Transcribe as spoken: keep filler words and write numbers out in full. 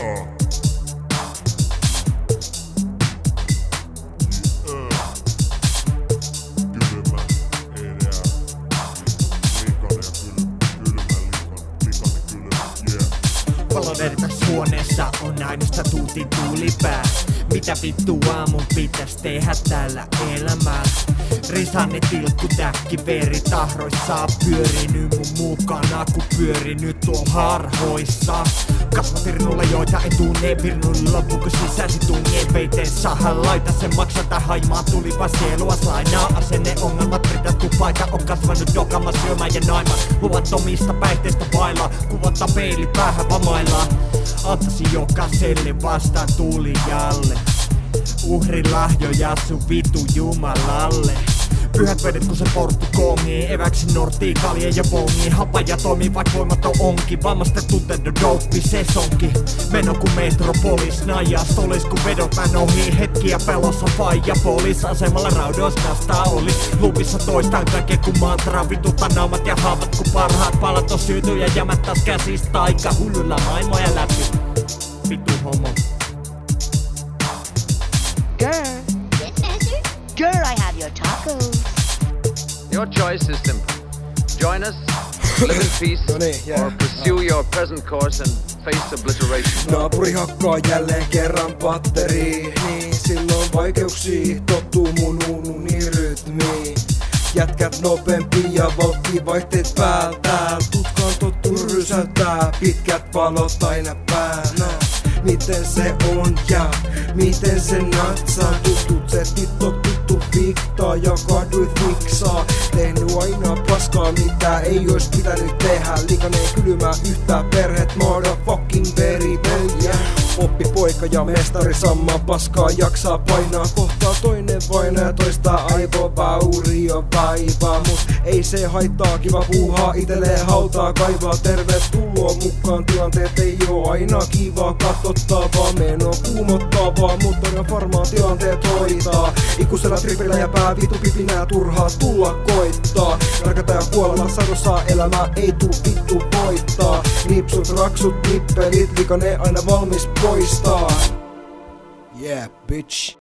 Valoneritas huoneessa on ainoasta tuutin tuulipää. Mitä vittua mun pitäis tehdä tällä elämällä? Risanne tilkku täkki veri tahroissa. Pyörinyt mun mukana ku pyörinyt tuolla harhoissa. Kasvat virnulla joita en tunne, virnulla loppuko sisäsi tungeen peiteen sahan. Laita sen maksata haimaa tulipa sielua slainaa. Asenne ongelmat ritattu paita on kasvanut dokamas syömään ja naimaan. Luvattomista päihteistä vailla, kuvata peili päähän vamaillaan. Antasi jokaiselle vastaan tulijalle. Uhrilahjoja sun vitu jumalalle. Pyhät vedet kun se porttu kongii. Eväksi norttii, kalje ja bongi. Hapaja toimii vaik voimaton onkin. Vammasten tunteiden douppi sesonki. Meno ku metropolis. Najaa stolis kun vedot män ohi. Hetkiä pelossa faija polis. Asemalla raudois kastaa oli. Lupissa toistaan kaiken kun mantra. Vitutta naumat ja haavat kun parhaat palat on syyty. Ja jämät taas käsistä aika hullulla maailmoja läpi. Vitu homo. Girl. Yes, Master? Girl, I have your tacos. Your choice is simple. Join us, live in peace, No niin, yeah. or pursue your present course and face obliteration. Naapuri hakkaa jälleen kerran batteriin. Niin silloin vaikeuksia tottuu mun ununi rytmiin. Jätkät nopeampi ja vauhti vaihteet päältä. Tutkaan tottunut rysäyttää pitkät valot aina päällä. Miten se on ja miten se natsaa. Tutut setit on tuttu fiktaa ja kaduit fiksaa. Tehnyt aina paskaa mitä ei ois pitänyt tehdä. Likaneen kylmää yhtään perhet motherfucking veri veljä. Oppi poika ja mestari sammaa paskaa jaksaa painaa. Kohtaa toinen vainaa toista aivovaurio vaivaa. Mut ei se haittaa, kiva puuhaa itelleen hautaa kaivaa. Tervetuloa mukaan, tilanteet ei oo aina kivaa katsottavaa. Meno kuumottavaa, mutta ne varmaan tilanteet hoitaa. Ikuisella tripillä ja pää vitu pipinää turhaa tulla koittaa. Rakata ja kuolema sadossa elämää ei tuu vittu voittaa. Nipsut, raksut, nippelit, likane aina valmis poistaa. Yeah, bitch.